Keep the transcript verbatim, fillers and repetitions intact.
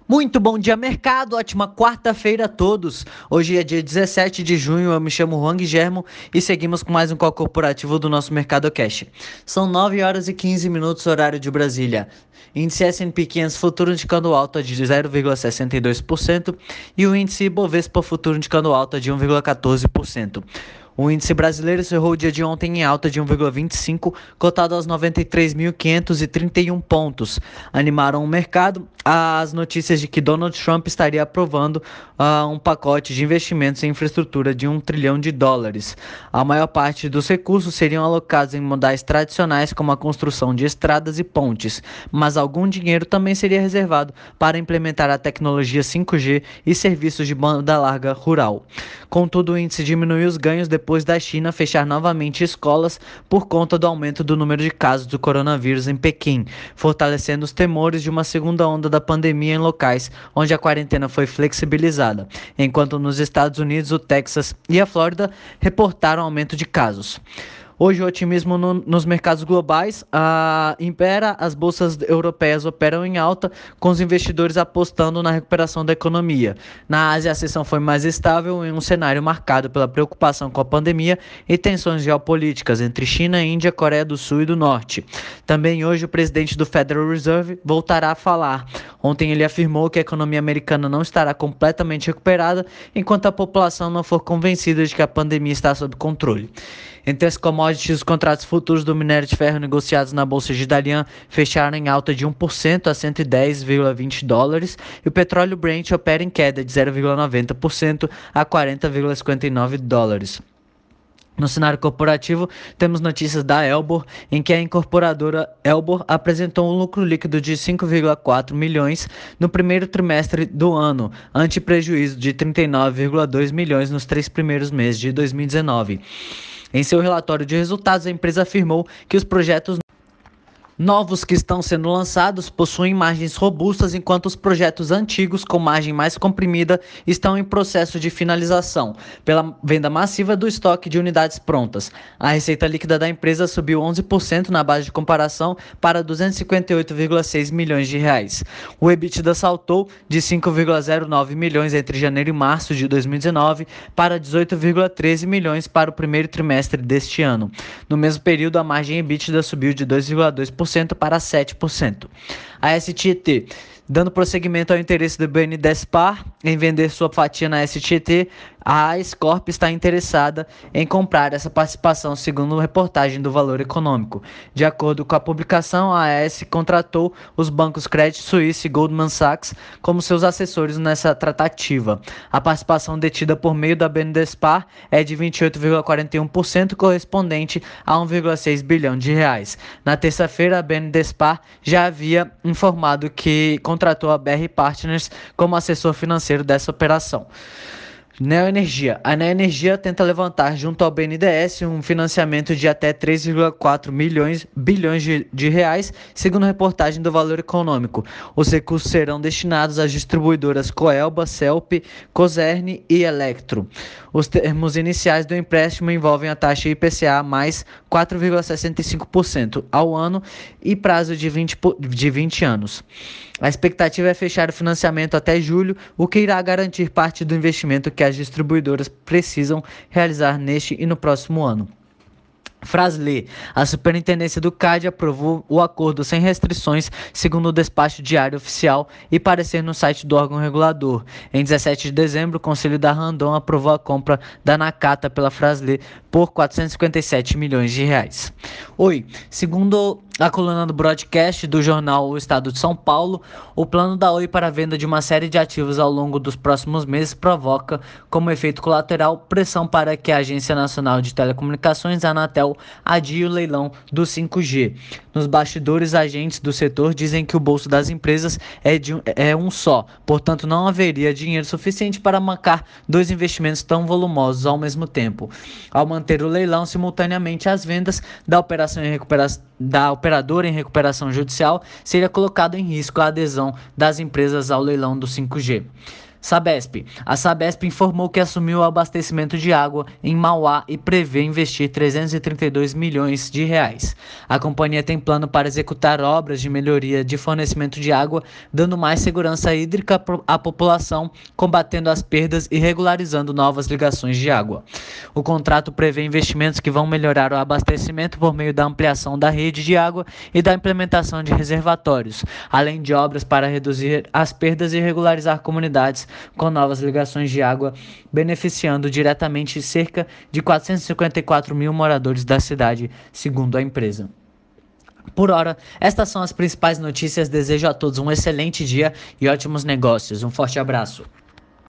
Muito bom dia, mercado. Ótima quarta-feira a todos. Hoje é dia dezessete de junho. Eu me chamo Juan Guilhermo e seguimos com mais um call corporativo do nosso Mercado Cash. São nove horas e quinze minutos, horário de Brasília. Índice S and P quinhentos futuro indicando alta de zero vírgula sessenta e dois por cento e o índice Ibovespa futuro indicando alta de um vírgula quatorze por cento. O índice brasileiro encerrou o dia de ontem em alta de um vírgula vinte e cinco, cotado aos noventa e três mil quinhentos e trinta e um pontos. Animaram o mercado as notícias de que Donald Trump estaria aprovando uh, um pacote de investimentos em infraestrutura de um trilhão de dólares. A maior parte dos recursos seriam alocados em modais tradicionais como a construção de estradas e pontes, mas algum dinheiro também seria reservado para implementar a tecnologia cinco G e serviços de banda larga rural. Contudo, o índice diminuiu os ganhos depois da China fechar novamente escolas por conta do aumento do número de casos do coronavírus em Pequim, fortalecendo os temores de uma segunda onda da pandemia em locais onde a quarentena foi flexibilizada, enquanto nos Estados Unidos, o Texas e a Flórida reportaram aumento de casos. Hoje o otimismo no, nos mercados globais ah, impera, as bolsas europeias operam em alta, com os investidores apostando na recuperação da economia. Na Ásia, a sessão foi mais estável em um cenário marcado pela preocupação com a pandemia e tensões geopolíticas entre China, Índia, Coreia do Sul e do Norte. Também hoje o presidente do Federal Reserve voltará a falar. Ontem ele afirmou que a economia americana não estará completamente recuperada enquanto a população não for convencida de que a pandemia está sob controle. Entre as commodities, os contratos futuros do minério de ferro negociados na bolsa de Dalian fecharam em alta de um por cento a cento e dez vírgula vinte dólares e o petróleo Brent opera em queda de zero vírgula noventa por cento a quarenta vírgula cinquenta e nove dólares. No cenário corporativo, temos notícias da Elbor, em que a incorporadora Elbor apresentou um lucro líquido de cinco vírgula quatro milhões no primeiro trimestre do ano, ante prejuízo de trinta e nove vírgula dois milhões nos três primeiros meses de dois mil e dezenove. Em seu relatório de resultados, a empresa afirmou que os projetos novos que estão sendo lançados possuem margens robustas, enquanto os projetos antigos com margem mais comprimida estão em processo de finalização, pela venda massiva do estoque de unidades prontas. A receita líquida da empresa subiu onze por cento na base de comparação para duzentos e cinquenta e oito vírgula seis milhões de reais. O EBITDA saltou de cinco vírgula zero nove milhões entre janeiro e março de dois mil e dezenove para dezoito vírgula treze milhões para o primeiro trimestre deste ano. No mesmo período, a margem EBITDA subiu de dois vírgula dois por cento para sete por cento. A S T T, dando prosseguimento ao interesse do B N Despar em vender sua fatia na S T T, a A S Corp está interessada em comprar essa participação, segundo reportagem do Valor Econômico. De acordo com a publicação, a A S contratou os bancos Credit Suisse e Goldman Sachs como seus assessores nessa tratativa. A participação detida por meio da B N Despar é de vinte e oito vírgula quarenta e um por cento, correspondente a um vírgula seis bilhão de reais. Na terça-feira, a B N Despar já havia informado que contratou a B R Partners como assessor financeiro dessa operação. Neoenergia. A Neoenergia tenta levantar junto ao B N D E S um financiamento de até três vírgula quatro milhões, bilhões de, de reais, segundo reportagem do Valor Econômico. Os recursos serão destinados às distribuidoras Coelba, Celp, Cosern e Electro. Os termos iniciais do empréstimo envolvem a taxa I P C A mais quatro vírgula sessenta e cinco por cento ao ano e prazo de vinte, de vinte anos. A expectativa é fechar o financiamento até julho, o que irá garantir parte do investimento que as distribuidoras precisam realizar neste e no próximo ano. Fras-le, a Superintendência do C A D aprovou o acordo sem restrições, segundo o despacho diário oficial e parecer no site do órgão regulador. Em dezessete de dezembro, o Conselho da Randon aprovou a compra da Nakata pela Fras-le por quatrocentos e cinquenta e sete milhões de reais. Oi, segundo a coluna do broadcast do jornal O Estado de São Paulo, o plano da Oi para a venda de uma série de ativos ao longo dos próximos meses provoca, como efeito colateral, pressão para que a Agência Nacional de Telecomunicações, a Anatel, adie o leilão do cinco G. Nos bastidores, agentes do setor dizem que o bolso das empresas é, de um, é um só, portanto não haveria dinheiro suficiente para bancar dois investimentos tão volumosos ao mesmo tempo. Ao manter o leilão simultaneamente às vendas da operação em recuperação da operadora em recuperação judicial, seria colocado em risco a adesão das empresas ao leilão do cinco G. Sabesp. A Sabesp informou que assumiu o abastecimento de água em Mauá e prevê investir trezentos e trinta e dois milhões de reais. A companhia tem plano para executar obras de melhoria de fornecimento de água, dando mais segurança hídrica à população, combatendo as perdas e regularizando novas ligações de água. O contrato prevê investimentos que vão melhorar o abastecimento por meio da ampliação da rede de água e da implementação de reservatórios, além de obras para reduzir as perdas e regularizar comunidades com novas ligações de água, beneficiando diretamente cerca de quatrocentos e cinquenta e quatro mil moradores da cidade, segundo a empresa. Por hora, estas são as principais notícias. Desejo a todos um excelente dia e ótimos negócios. Um forte abraço.